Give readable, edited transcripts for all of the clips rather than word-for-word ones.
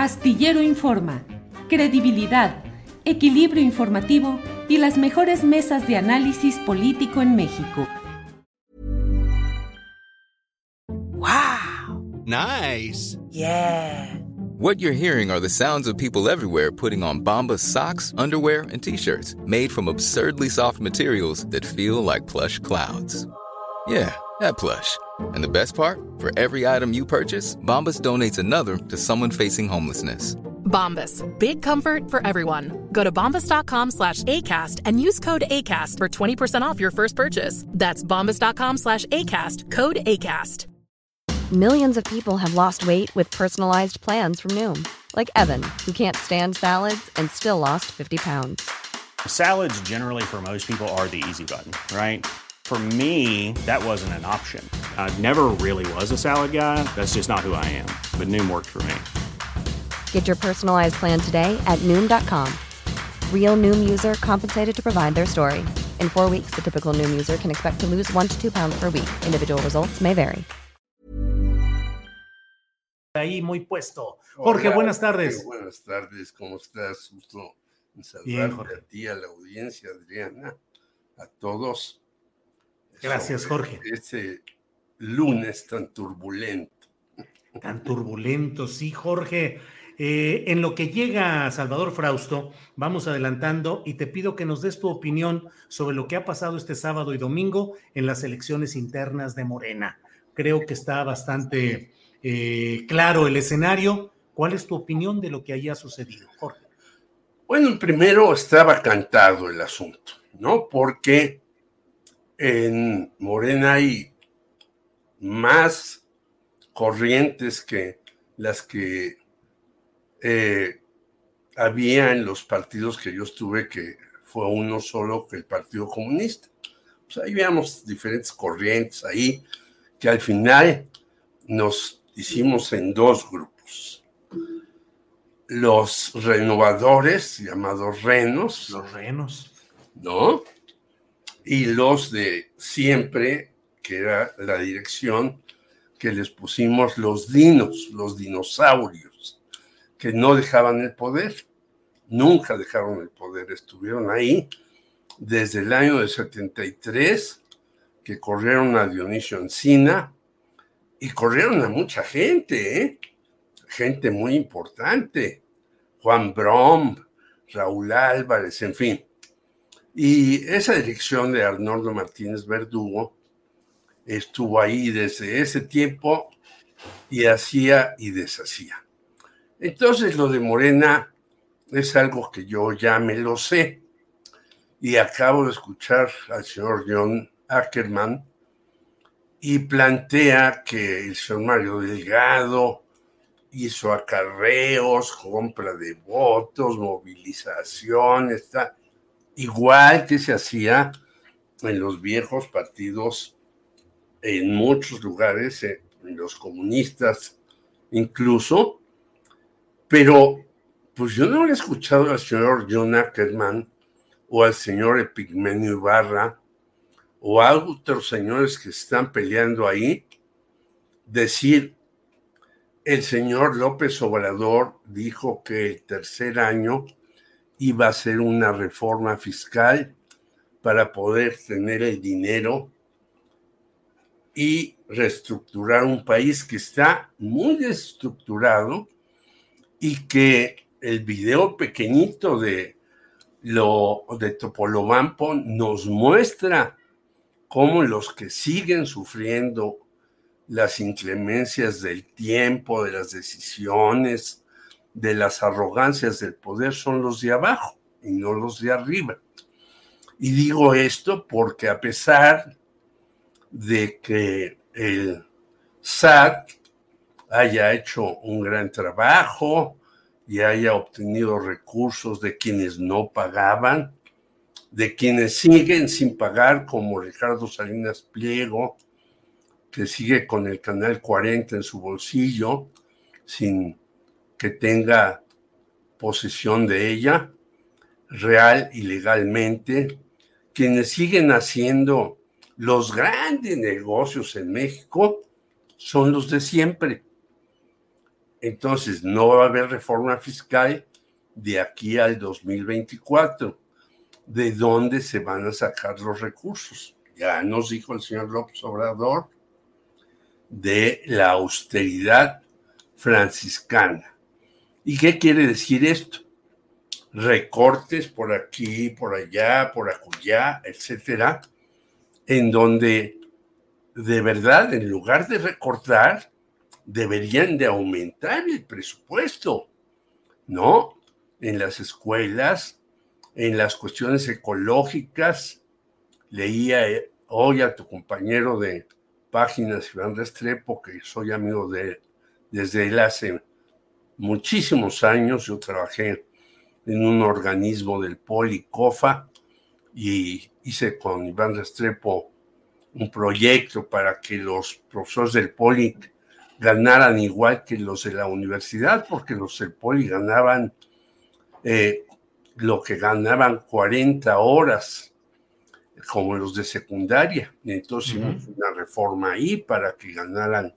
Astillero Informa, credibilidad, equilibrio informativo y las mejores mesas de análisis político en México. Wow. Nice. Yeah. What you're hearing are the sounds of people everywhere putting on Bombas socks, underwear, and T-shirts made from absurdly soft materials that feel like plush clouds. Yeah, that plush. And the best part? For every item you purchase, Bombas donates another to someone facing homelessness. Bombas. Big comfort for everyone. Go to bombas.com/ACAST and use code ACAST for 20% off your first purchase. That's bombas.com/ACAST. Code ACAST. Millions of people have lost weight with personalized plans from Noom. Like Evan, who can't stand salads and still lost 50 pounds. Salads generally for most people are the easy button, right? For me, that wasn't an option. I never really was a salad guy. That's just not who I am. But Noom worked for me. Get your personalized plan today at Noom.com. Real Noom user compensated to provide their story. In 4 weeks, the typical Noom user can expect to lose 1 to 2 pounds per week. Individual results may vary. Ahí muy puesto. Jorge, hola, buenas tardes. Buenas tardes, ¿cómo estás? Gusto en saludarte a ti, a la audiencia, Adriana, a todos. Gracias, Jorge. Este lunes tan turbulento. Tan turbulento, sí, Jorge. En lo que llega Salvador Frausto, vamos adelantando y te pido que nos des tu opinión sobre lo que ha pasado este sábado y domingo en las elecciones internas de Morena. Creo que está bastante claro el escenario. ¿Cuál es tu opinión de lo que haya sucedido, Jorge? Bueno, primero estaba cantado el asunto, ¿no? Porque en Morena hay más corrientes que las que había en los partidos que yo estuve, que fue uno solo, que el Partido Comunista. Pues ahí veíamos diferentes corrientes ahí, que al final nos hicimos en dos grupos. Los renovadores, llamados renos. Los renos. ¿No? Y los de siempre, que era la dirección que les pusimos los dinos, los dinosaurios, que no dejaban el poder. Nunca dejaron el poder, estuvieron ahí desde el año de 73, que corrieron a Dionisio Encina, y corrieron a mucha gente, gente muy importante, Juan Brom, Raúl Álvarez, en fin. Y esa dirección de Arnoldo Martínez Verdugo estuvo ahí desde ese tiempo y hacía y deshacía. Entonces lo de Morena es algo que yo ya me lo sé y acabo de escuchar al señor John Ackerman y plantea que el señor Mario Delgado hizo acarreos, compra de votos, movilización, está igual que se hacía en los viejos partidos, en muchos lugares, en los comunistas incluso, pero pues yo no he escuchado al señor John Ackerman o al señor Epigmenio Ibarra o a otros señores que están peleando ahí decir: el señor López Obrador dijo que el tercer año iba a hacer una reforma fiscal para poder tener el dinero y reestructurar un país que está muy desestructurado, y que el video pequeñito de Topolobampo nos muestra cómo los que siguen sufriendo las inclemencias del tiempo, de las decisiones, de las arrogancias del poder son los de abajo y no los de arriba. Y digo esto porque a pesar de que el SAT haya hecho un gran trabajo y haya obtenido recursos de quienes no pagaban, de quienes siguen sin pagar, como Ricardo Salinas Pliego, que sigue con el Canal 40 en su bolsillo, sin que tenga posesión de ella, real y legalmente, quienes siguen haciendo los grandes negocios en México son los de siempre. Entonces, no va a haber reforma fiscal de aquí al 2024. ¿De dónde se van a sacar los recursos? Ya nos dijo el señor López Obrador de la austeridad franciscana. ¿Y qué quiere decir esto? Recortes por aquí, por allá, por acullá, etcétera, en donde de verdad, en lugar de recortar, deberían de aumentar el presupuesto, ¿no? En las escuelas, en las cuestiones ecológicas. Leía hoy a tu compañero de Páginas, Iván Restrepo, que soy amigo de él desde él hace muchísimos años. Yo trabajé en un organismo del Poli, COFA, y hice con Iván Restrepo un proyecto para que los profesores del Poli ganaran igual que los de la universidad, porque los del Poli ganaban lo que ganaban 40 horas, como los de secundaria. Y entonces hicimos una reforma ahí para que ganaran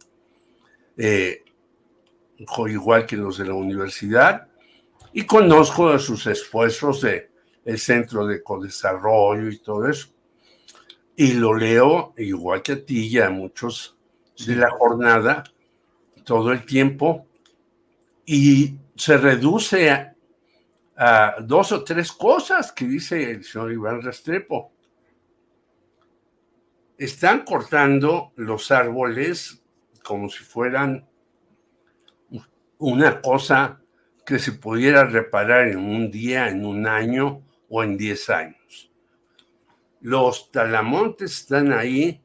igual que los de la universidad. Y conozco de sus esfuerzos del Centro de Codesarrollo y todo eso. Y lo leo igual que a ti y a muchos de la jornada todo el tiempo, y se reduce a 2 o 3 cosas que dice el señor Iván Restrepo. Están cortando los árboles como si fueran una cosa que se pudiera reparar en un día, en un año o en 10 años. Los talamontes están ahí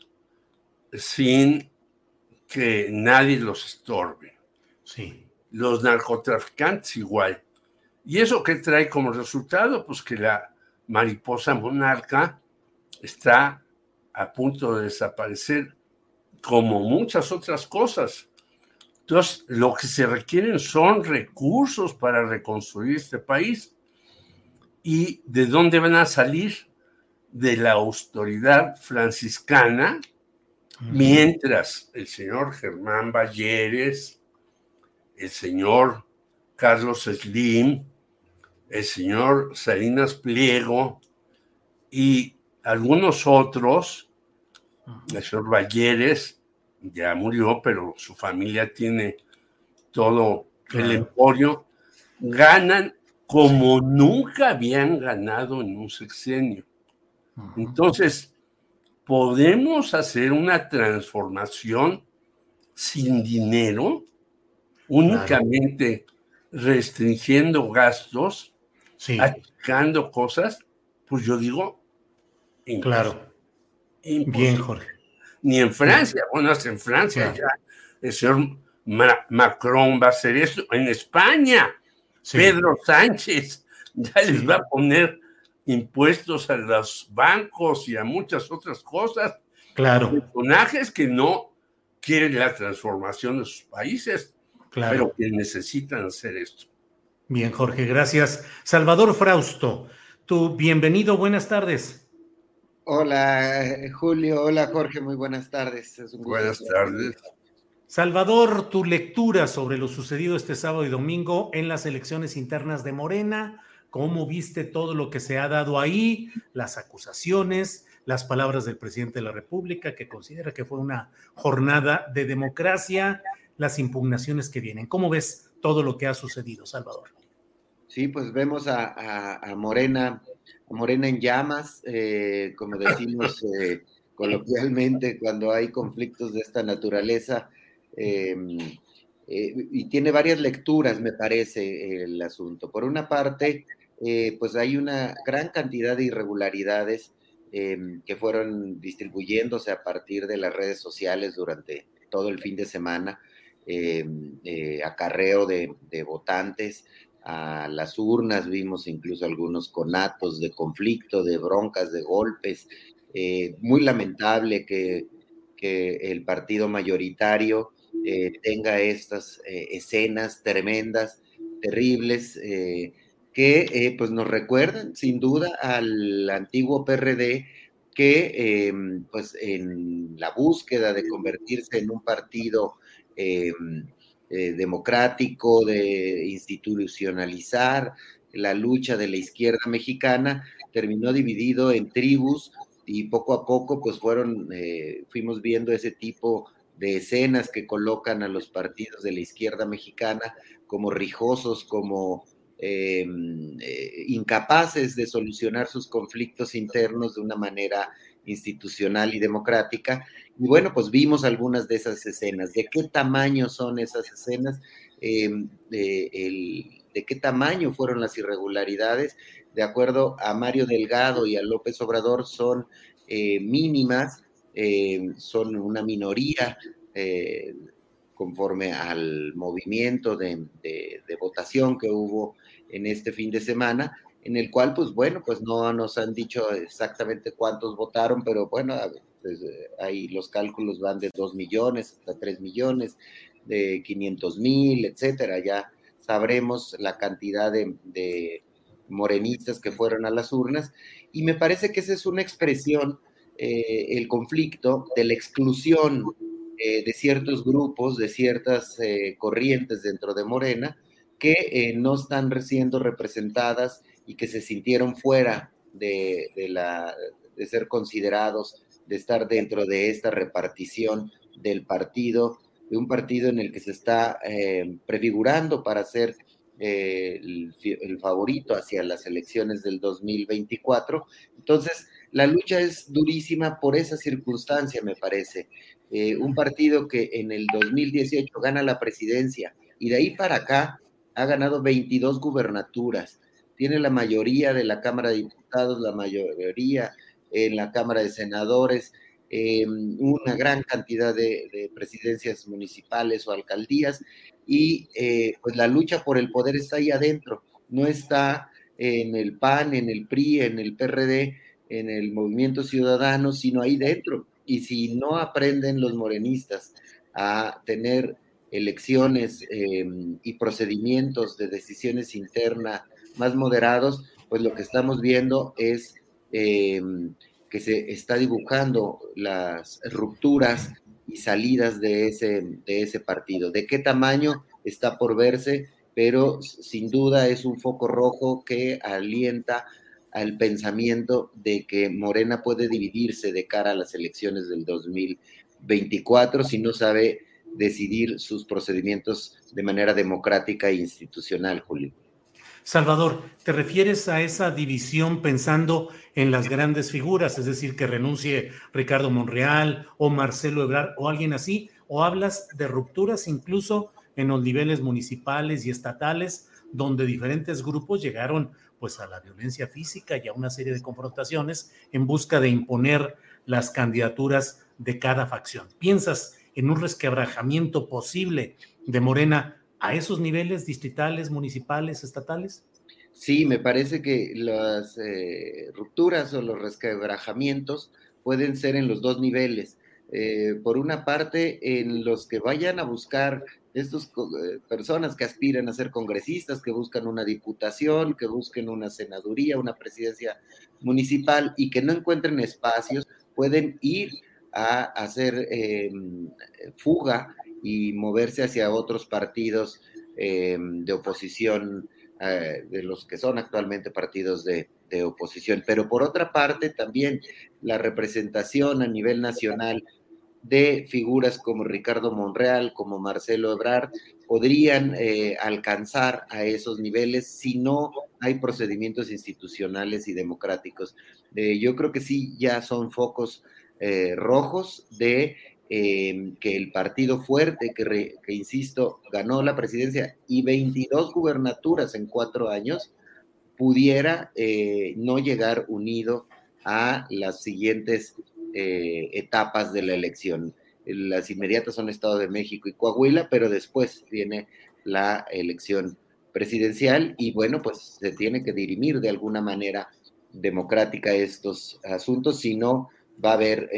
sin que nadie los estorbe. Sí. Los narcotraficantes igual. ¿Y eso qué trae como resultado? Pues que la mariposa monarca está a punto de desaparecer, como muchas otras cosas. Entonces, lo que se requieren son recursos para reconstruir este país. ¿Y de dónde van a salir? De la austeridad franciscana, mientras el señor Germán Balleres, el señor Carlos Slim, el señor Salinas Pliego y algunos otros, el señor Balleres ya murió, pero su familia tiene todo el emporio, ganan como nunca habían ganado en un sexenio. Entonces, ¿podemos hacer una transformación sin dinero, únicamente restringiendo gastos, achicando cosas? Pues yo digo, claro. Bien, Jorge. Ni en Francia, bueno, hasta en Francia ya el señor Macron va a hacer eso. En España, Pedro Sánchez ya les va a poner impuestos a los bancos y a muchas otras cosas. Claro. Personajes que no quieren la transformación de sus países, pero que necesitan hacer esto. Bien, Jorge, gracias. Salvador Frausto, tú bienvenido, buenas tardes. Hola, Julio. Hola, Jorge. Muy buenas tardes. Es un gusto. Buenas tardes. Salvador, tu lectura sobre lo sucedido este sábado y domingo en las elecciones internas de Morena. ¿Cómo viste todo lo que se ha dado ahí? Las acusaciones, las palabras del presidente de la República, que considera que fue una jornada de democracia, las impugnaciones que vienen. ¿Cómo ves todo lo que ha sucedido, Salvador? Sí, pues vemos a Morena en llamas, como decimos coloquialmente cuando hay conflictos de esta naturaleza, y tiene varias lecturas, me parece, el asunto. Por una parte, pues hay una gran cantidad de irregularidades que fueron distribuyéndose a partir de las redes sociales durante todo el fin de semana, acarreo de votantes a las urnas, vimos incluso algunos conatos de conflicto, de broncas, de golpes. Muy lamentable que el partido mayoritario tenga estas escenas tremendas, terribles, que pues nos recuerdan sin duda al antiguo PRD, que pues en la búsqueda de convertirse en un partido democrático, de institucionalizar la lucha de la izquierda mexicana, terminó dividido en tribus y poco a poco pues fuimos viendo ese tipo de escenas que colocan a los partidos de la izquierda mexicana como rijosos, como incapaces de solucionar sus conflictos internos de una manera institucional y democrática. Y bueno, pues vimos algunas de esas escenas. ¿De qué tamaño son esas escenas? ¿De qué tamaño fueron las irregularidades? De acuerdo a Mario Delgado y a López Obrador, son mínimas, son una minoría conforme al movimiento de votación que hubo en este fin de semana, en el cual, pues bueno, pues no nos han dicho exactamente cuántos votaron, pero bueno, pues, ahí los cálculos van de 2 millones hasta 3 millones, de 500,000, etcétera. Ya sabremos la cantidad de morenistas que fueron a las urnas, y me parece que esa es una expresión, el conflicto, de la exclusión de ciertos grupos, de ciertas corrientes dentro de Morena, que no están siendo representadas y que se sintieron fuera de ser considerados, de estar dentro de esta repartición del partido, de un partido en el que se está prefigurando para ser el favorito hacia las elecciones del 2024. Entonces, la lucha es durísima por esa circunstancia, me parece. Un partido que en el 2018 gana la presidencia y de ahí para acá ha ganado 22 gubernaturas, tiene la mayoría de la Cámara de Diputados, la mayoría en la Cámara de Senadores, una gran cantidad de presidencias municipales o alcaldías, y pues la lucha por el poder está ahí adentro, no está en el PAN, en el PRI, en el PRD, en el Movimiento Ciudadano, sino ahí dentro. Y si no aprenden los morenistas a tener elecciones y procedimientos de decisiones internas más moderados, pues lo que estamos viendo es que se está dibujando las rupturas y salidas de ese partido. ¿De qué tamaño? Está por verse, pero sin duda es un foco rojo que alienta al pensamiento de que Morena puede dividirse de cara a las elecciones del 2024 si no sabe decidir sus procedimientos de manera democrática e institucional, Julio. Salvador, ¿te refieres a esa división pensando en las grandes figuras, es decir, que renuncie Ricardo Monreal o Marcelo Ebrard o alguien así, o hablas de rupturas incluso en los niveles municipales y estatales, donde diferentes grupos llegaron pues a la violencia física y a una serie de confrontaciones en busca de imponer las candidaturas de cada facción? ¿Piensas en un resquebrajamiento posible de Morena a esos niveles distritales, municipales, estatales? Sí, me parece que las rupturas o los resquebrajamientos pueden ser en los dos niveles. Por una parte, en los que vayan a buscar estas personas que aspiran a ser congresistas, que buscan una diputación, que busquen una senaduría, una presidencia municipal y que no encuentren espacios, pueden ir a hacer fuga y moverse hacia otros partidos de oposición, de los que son actualmente partidos de oposición. Pero por otra parte, también la representación a nivel nacional de figuras como Ricardo Monreal, como Marcelo Ebrard, podrían alcanzar a esos niveles si no hay procedimientos institucionales y democráticos. Yo creo que sí, ya son focos rojos de que el partido fuerte, que insisto, ganó la presidencia y 22 gubernaturas en 4 años, pudiera no llegar unido a las siguientes etapas de la elección. Las inmediatas son Estado de México y Coahuila, pero después viene la elección presidencial y bueno, pues se tiene que dirimir de alguna manera democrática estos asuntos, si no va a haber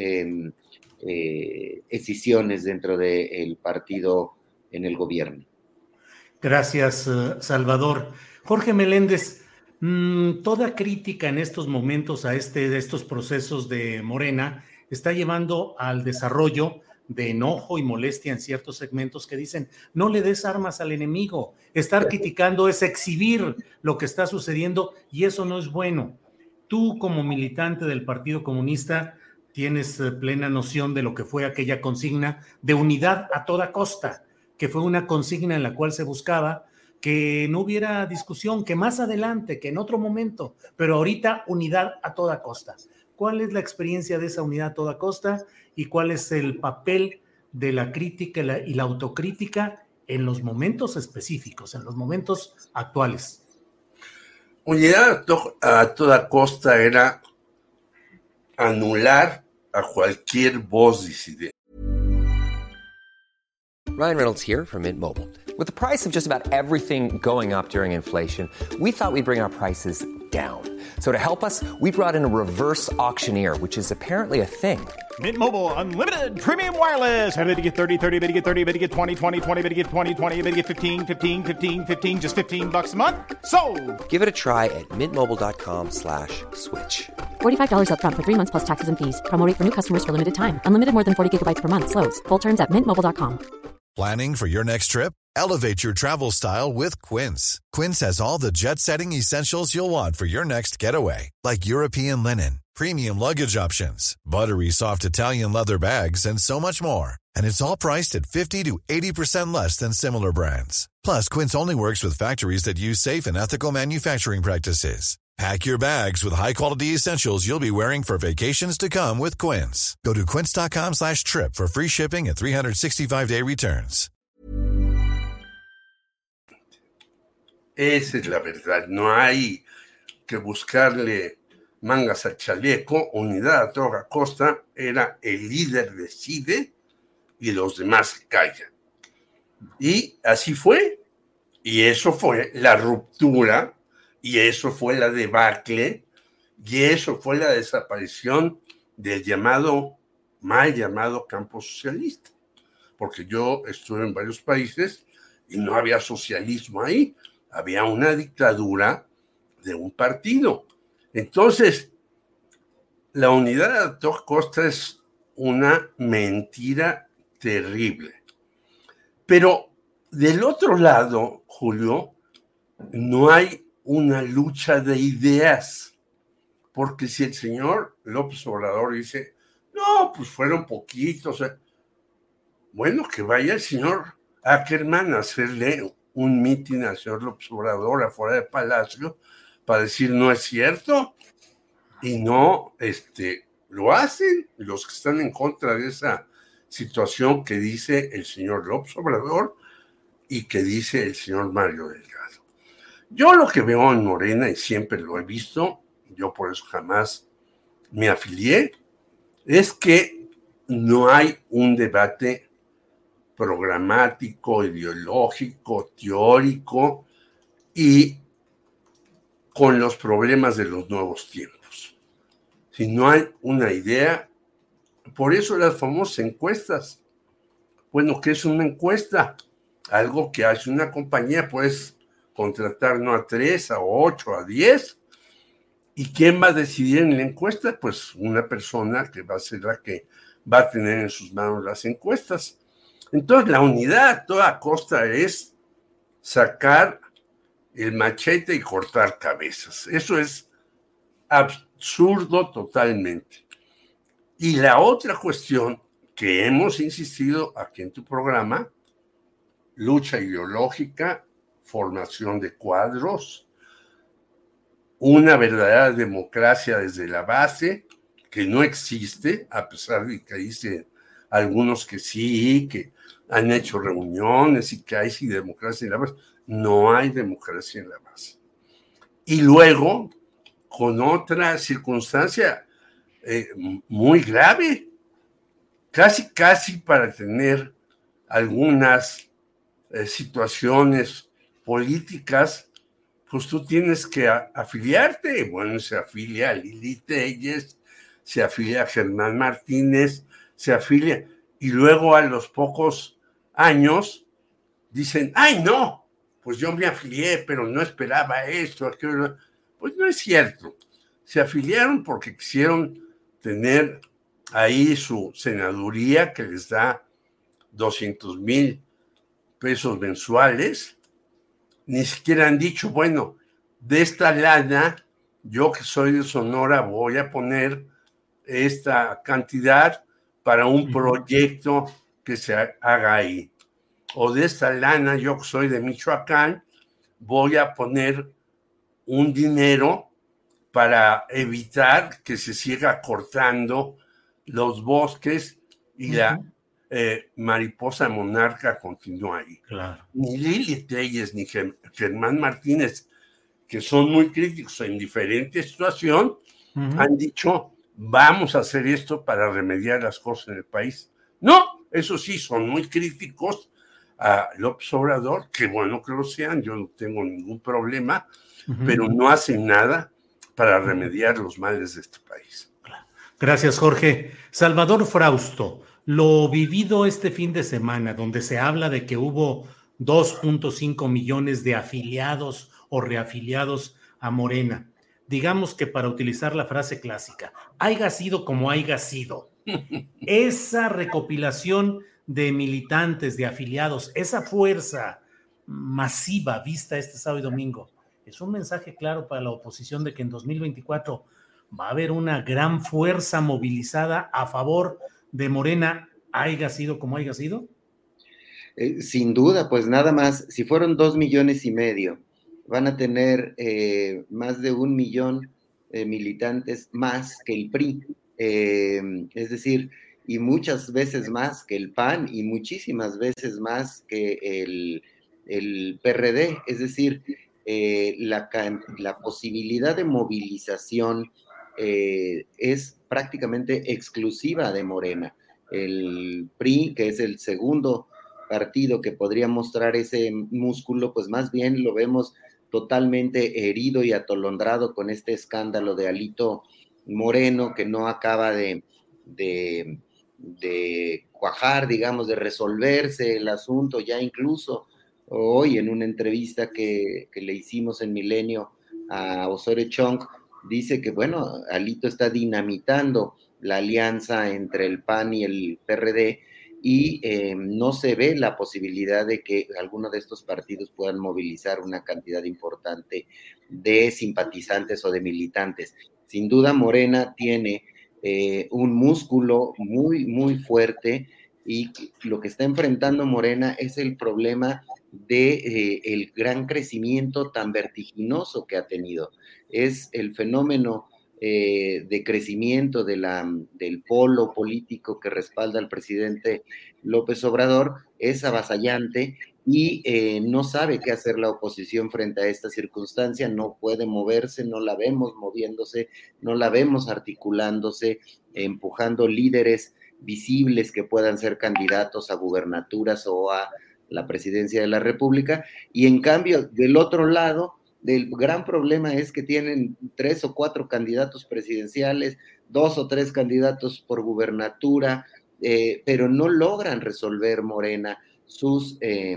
escisiones dentro del partido en el gobierno. Gracias, Salvador. Jorge Meléndez, toda crítica en estos momentos a de estos procesos de Morena está llevando al desarrollo de enojo y molestia en ciertos segmentos que dicen, no le des armas al enemigo, estar criticando es exhibir lo que está sucediendo y eso no es bueno. Tú como militante del Partido Comunista tienes plena noción de lo que fue aquella consigna de unidad a toda costa, que fue una consigna en la cual se buscaba que no hubiera discusión, que más adelante, que en otro momento, pero ahorita unidad a toda costa. ¿Cuál es la experiencia de esa unidad a toda costa y cuál es el papel de la crítica y la autocrítica en los momentos específicos, en los momentos actuales? Unidad a toda costa era anular a cualquier voz disidente. Ryan Reynolds here from Mint Mobile. With the price of just about everything going up during inflation, we thought we'd bring our prices down. So to help us, we brought in a reverse auctioneer, which is apparently a thing. Mint Mobile Unlimited Premium Wireless. How to get 30, 30, how to get 30, how to get 20, 20, 20, how to get 20, 20, how to get 15, 15, 15, 15, just $15 a month? Sold! Give it a try at mintmobile.com/switch. $45 up front for 3 months plus taxes and fees. Promo rate for new customers for limited time. Unlimited more than 40 gigabytes per month. Slows full terms at mintmobile.com. Planning for your next trip? Elevate your travel style with Quince. Quince has all the jet-setting essentials you'll want for your next getaway, like European linen, premium luggage options, buttery soft Italian leather bags, and so much more. And it's all priced at 50 to 80% less than similar brands. Plus, Quince only works with factories that use safe and ethical manufacturing practices. Pack your bags with high-quality essentials you'll be wearing for vacations to come with Quince. Go to quince.com/trip for free shipping and 365-day returns. Esa es la verdad. No hay que buscarle mangas al chaleco. Unidad a toda costa era el líder decide y los demás callan. Y así fue. Y eso fue la ruptura. Y eso fue la debacle, y eso fue la desaparición del mal llamado campo socialista. Porque yo estuve en varios países y no había socialismo ahí, había una dictadura de un partido. Entonces, la unidad a toda costa es una mentira terrible. Pero del otro lado, Julio, no hay una lucha de ideas, porque si el señor López Obrador dice, no, pues fueron poquitos, bueno, que vaya el señor Ackerman a hacerle un mitin al señor López Obrador afuera del Palacio para decir no es cierto, y no, lo hacen los que están en contra de esa situación que dice el señor López Obrador y que dice el señor Mario Delgado. Yo lo que veo en Morena, y siempre lo he visto, yo por eso jamás me afilié, es que no hay un debate programático, ideológico, teórico y con los problemas de los nuevos tiempos. Si no hay una idea, por eso las famosas encuestas. Bueno, ¿qué es una encuesta? Algo que hace una compañía, pues, contratar no a 3, a 8, a 10. ¿Y quién va a decidir en la encuesta? Pues una persona que va a ser la que va a tener en sus manos las encuestas. Entonces, la unidad a toda costa es sacar el machete y cortar cabezas. Eso es absurdo totalmente. Y la otra cuestión que hemos insistido aquí en tu programa, lucha ideológica, formación de cuadros, una verdadera democracia desde la base, que no existe, a pesar de que dicen algunos que sí, que han hecho reuniones y que hay sí democracia en la base. No hay democracia en la base. Y luego, con otra circunstancia muy grave, casi para tener algunas situaciones políticas, pues tú tienes que afiliarte. Bueno, se afilia a Lili Telles, se afilia a Germán Martínez, se afilia, y luego a los pocos años dicen, ¡ay, no! Pues yo me afilié, pero no esperaba esto, aquello. Pues no es cierto. Se afiliaron porque quisieron tener ahí su senaduría que les da 200,000 pesos mensuales, ni siquiera han dicho, bueno, de esta lana, yo que soy de Sonora voy a poner esta cantidad para un proyecto que se haga ahí. O de esta lana, yo que soy de Michoacán, voy a poner un dinero para evitar que se siga cortando los bosques y la mariposa monarca continúa ahí. Claro. Ni Lili Telles ni Germán Martínez, que son muy críticos en diferente situación, han dicho, vamos a hacer esto para remediar las cosas en el país. No, eso sí, son muy críticos a López Obrador, que bueno que lo sean, yo no tengo ningún problema, pero no hacen nada para remediar los males de este país. Gracias, Jorge. Salvador Frausto, lo vivido este fin de semana, donde se habla de que hubo 2.5 millones de afiliados o reafiliados a Morena. Digamos que para utilizar la frase clásica, haiga sido como haiga sido. Esa recopilación de militantes, de afiliados, esa fuerza masiva vista este sábado y domingo, es un mensaje claro para la oposición de que en 2024 va a haber una gran fuerza movilizada a favor de Morena, haiga sido como haiga sido. Sin duda, pues nada más, si fueron 2,5 millones, van a tener más de 1 millón militantes más que el PRI, es decir, y muchas veces más que el PAN y muchísimas veces más que el PRD, es decir, la posibilidad de movilización es prácticamente exclusiva de Morena. El PRI, que es el segundo partido que podría mostrar ese músculo, pues más bien lo vemos totalmente herido y atolondrado con este escándalo de Alito Moreno, que no acaba de cuajar, digamos, de resolverse el asunto. Ya incluso hoy en una entrevista que le hicimos en Milenio a Osorio Chong, dice que, bueno, Alito está dinamitando la alianza entre el PAN y el PRD y no se ve la posibilidad de que alguno de estos partidos puedan movilizar una cantidad importante de simpatizantes o de militantes. Sin duda, Morena tiene un músculo muy, muy fuerte y lo que está enfrentando Morena es el problema de el gran crecimiento tan vertiginoso que ha tenido. Es el fenómeno de crecimiento del polo político que respalda al presidente López Obrador, es avasallante y no sabe qué hacer la oposición frente a esta circunstancia, no puede moverse, no la vemos moviéndose, no la vemos articulándose, empujando líderes visibles que puedan ser candidatos a gubernaturas o a la presidencia de la República, y en cambio, del otro lado, el gran problema es que tienen 3 o 4 candidatos presidenciales, 2 o 3 candidatos por gubernatura, pero no logran resolver Morena sus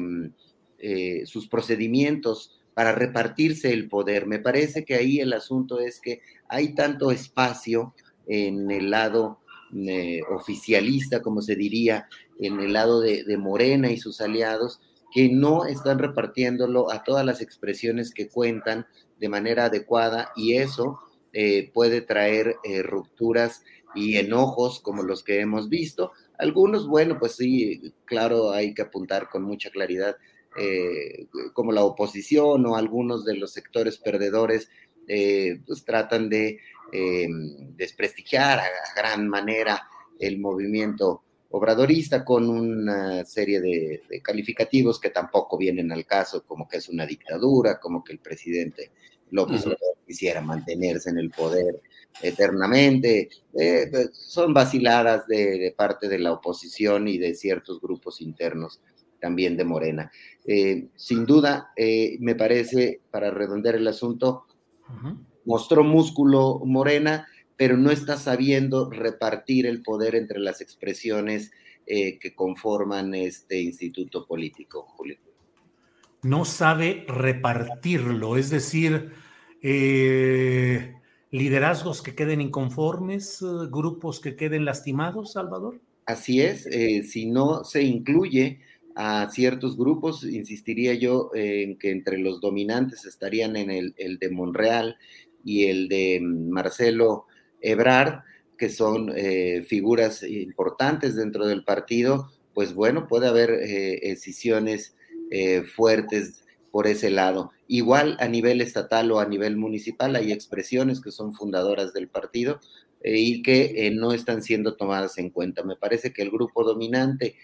procedimientos para repartirse el poder. Me parece que ahí el asunto es que hay tanto espacio en el lado oficialista, como se diría, en el lado de Morena y sus aliados, que no están repartiéndolo a todas las expresiones que cuentan de manera adecuada, y eso puede traer rupturas y enojos como los que hemos visto. Algunos, bueno, pues sí, claro, hay que apuntar con mucha claridad, como la oposición o algunos de los sectores perdedores, pues tratan de desprestigiar a gran manera el movimiento obradorista con una serie de calificativos que tampoco vienen al caso, como que es una dictadura, como que el presidente López Obrador quisiera mantenerse en el poder eternamente. Son vaciladas de parte de la oposición y de ciertos grupos internos también de Morena. Sin duda, me parece, para redondear el asunto, mostró músculo Morena, pero no está sabiendo repartir el poder entre las expresiones que conforman este instituto político, Julio. No sabe repartirlo, es decir, liderazgos que queden inconformes, grupos que queden lastimados, Salvador. Así es, si no se incluye a ciertos grupos, insistiría yo en que entre los dominantes estarían en el de Monreal y el de Marcelo Ebrard, que son figuras importantes dentro del partido, pues bueno, puede haber escisiones fuertes por ese lado. Igual a nivel estatal o a nivel municipal hay expresiones que son fundadoras del partido y que no están siendo tomadas en cuenta. Me parece que el grupo dominante,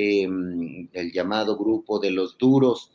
el llamado grupo de los duros,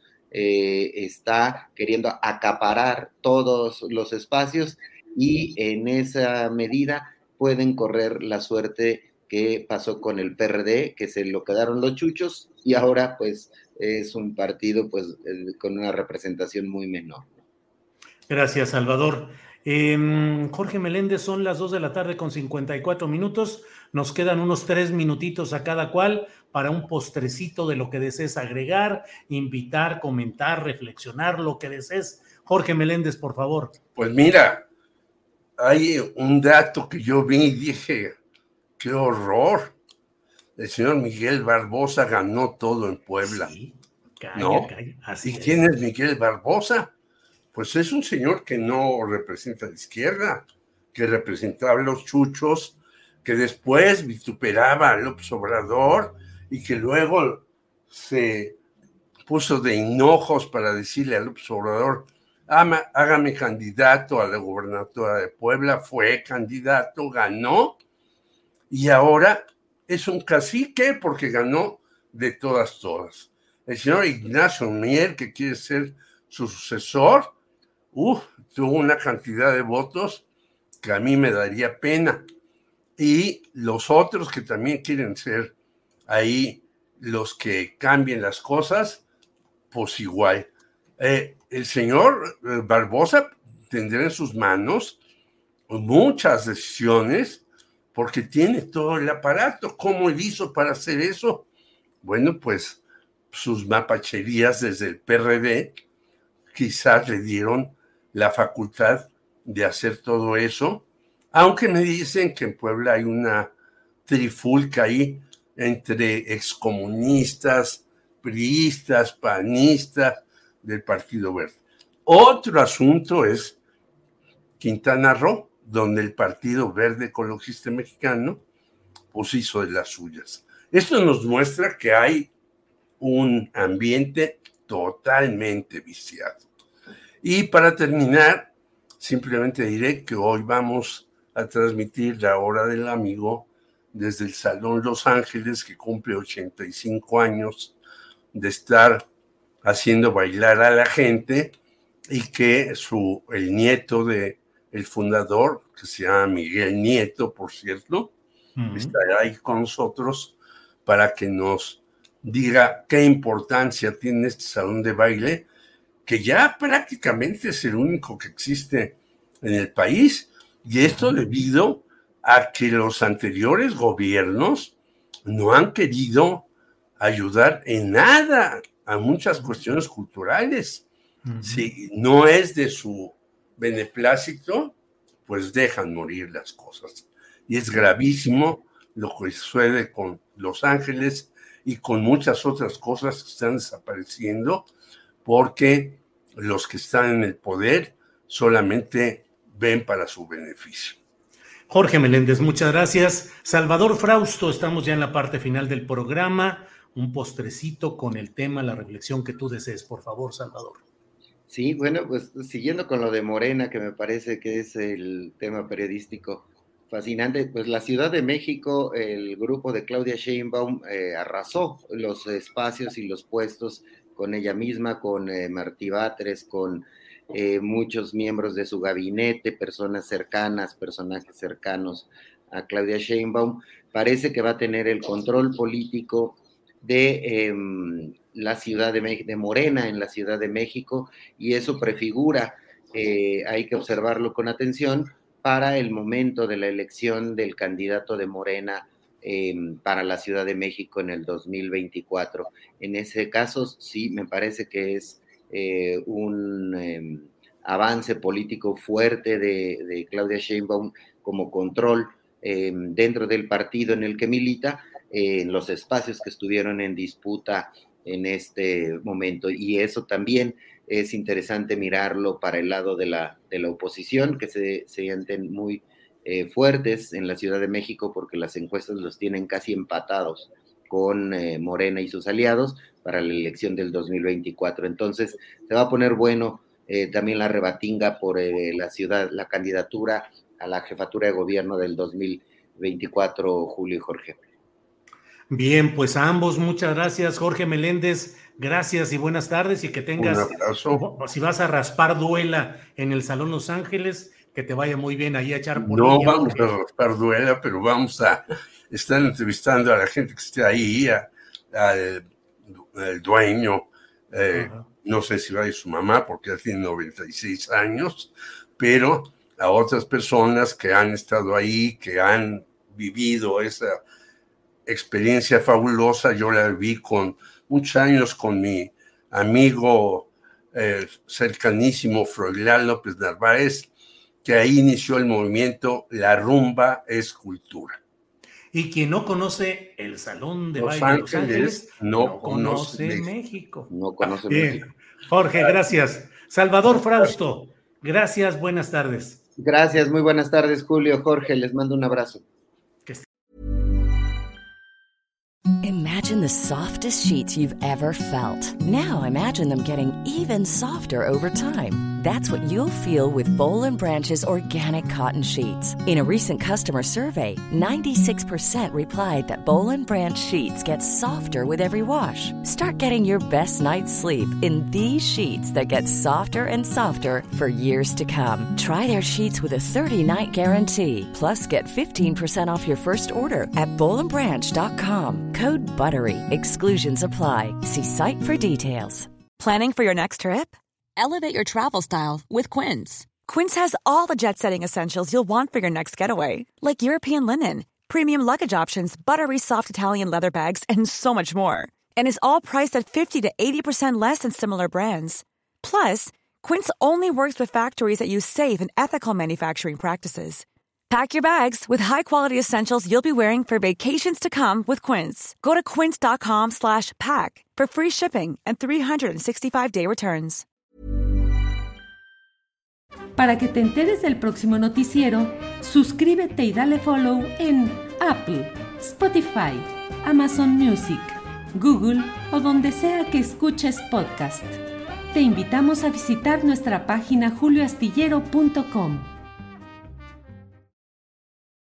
está queriendo acaparar todos los espacios y en esa medida pueden correr la suerte que pasó con el PRD, que se lo quedaron los chuchos y ahora pues es un partido pues con una representación muy menor. Gracias, Salvador. Jorge Meléndez, son las 2:54 p.m. Nos quedan unos 3 minutitos a cada cual para un postrecito de lo que desees agregar, invitar, comentar, reflexionar, lo que desees. Jorge Meléndez, por favor. Pues mira, hay un dato que yo vi y dije, ¡qué horror! El señor Miguel Barbosa ganó todo en Puebla. Sí, Así ¿Y quién es Miguel Barbosa? Pues es un señor que no representa a la izquierda, que representaba a los chuchos, que después vituperaba a López Obrador y que luego se puso de hinojos para decirle a López Obrador, hágame candidato a la gobernatura de Puebla. Fue candidato, ganó y ahora es un cacique porque ganó de todas. El señor Ignacio Mier, que quiere ser su sucesor, tuvo una cantidad de votos que a mí me daría pena. Y los otros que también quieren ser ahí los que cambien las cosas, pues igual. El señor Barbosa tendrá en sus manos muchas decisiones porque tiene todo el aparato. ¿Cómo él hizo para hacer eso? Bueno, pues sus mapacherías desde el PRD quizás le dieron la facultad de hacer todo eso, aunque me dicen que en Puebla hay una trifulca ahí entre excomunistas, priistas, panistas del Partido Verde. Otro asunto es Quintana Roo, donde el Partido Verde Ecologista Mexicano pues hizo de las suyas. Esto nos muestra que hay un ambiente totalmente viciado. Y para terminar, simplemente diré que hoy vamos a transmitir la hora del amigo desde el Salón Los Ángeles, que cumple 85 años de estar haciendo bailar a la gente y que el nieto del fundador, que se llama Miguel Nieto, por cierto, estará ahí con nosotros para que nos diga qué importancia tiene este salón de baile, que ya prácticamente es el único que existe en el país, y esto debido a que los anteriores gobiernos no han querido ayudar en nada a muchas cuestiones culturales. Si no es de su beneplácito, pues dejan morir las cosas. Y es gravísimo lo que sucede con Los Ángeles y con muchas otras cosas que están desapareciendo porque los que están en el poder solamente ven para su beneficio. Jorge Meléndez, muchas gracias. Salvador Frausto, estamos ya en la parte final del programa. Un postrecito con el tema, la reflexión que tú desees, por favor, Salvador. Sí, bueno, pues siguiendo con lo de Morena, que me parece que es el tema periodístico fascinante, pues la Ciudad de México, el grupo de Claudia Sheinbaum arrasó los espacios y los puestos con ella misma, con Martí Batres, con muchos miembros de su gabinete, personas cercanas, personajes cercanos a Claudia Sheinbaum. Parece que va a tener el control político de la Ciudad de Morena en la Ciudad de México, y eso prefigura, hay que observarlo con atención, para el momento de la elección del candidato de Morena para la Ciudad de México en el 2024. En ese caso, sí, me parece que es un avance político fuerte de Claudia Sheinbaum como control dentro del partido en el que milita, en los espacios que estuvieron en disputa en este momento. Y eso también es interesante mirarlo para el lado de la oposición, que se sienten muy fuertes en la Ciudad de México porque las encuestas los tienen casi empatados con Morena y sus aliados para la elección del 2024. Entonces se va a poner bueno también la rebatinga por la candidatura a la jefatura de gobierno del 2024, Julio y Jorge. Bien, pues a ambos muchas gracias. Jorge Meléndez, gracias y buenas tardes, y que tengas, si vas a raspar duela en el Salón Los Ángeles, que te vaya muy bien ahí a echar polilla. No vamos a raspar duela, pero vamos a estar entrevistando a la gente que esté ahí, al dueño, no sé si va a ir su mamá porque ya tiene 96 años, pero a otras personas que han estado ahí, que han vivido esa experiencia fabulosa. Yo la vi con muchos años con mi amigo cercanísimo Froilán López Narváez, que ahí inició el movimiento La Rumba es Cultura. Y quien no conoce el Salón de Baile de Los Ángeles no conoce México. No conoce México. Jorge, gracias. Salvador Frausto, gracias, buenas tardes. Gracias, muy buenas tardes, Julio, Jorge, les mando un abrazo. Imagine the softest sheets you've ever felt. Now imagine them getting even softer over time. That's what you'll feel with Boll & Branch's organic cotton sheets. In a recent customer survey, 96% replied that Boll & Branch sheets get softer with every wash. Start getting your best night's sleep in these sheets that get softer and softer for years to come. Try their sheets with a 30-night guarantee. Plus, get 15% off your first order at BollandBranch.com. Code BUTTERY. Exclusions apply. See site for details. Planning for your next trip? Elevate your travel style with Quince. Quince has all the jet-setting essentials you'll want for your next getaway, like European linen, premium luggage options, buttery soft Italian leather bags, and so much more. And is all priced at 50 to 80% less than similar brands. Plus, Quince only works with factories that use safe and ethical manufacturing practices. Pack your bags with high-quality essentials you'll be wearing for vacations to come with Quince. Go to quince.com/pack for free shipping and 365-day returns. Para que te enteres del próximo noticiero, suscríbete y dale follow en Apple, Spotify, Amazon Music, Google o donde sea que escuches podcast. Te invitamos a visitar nuestra página julioastillero.com.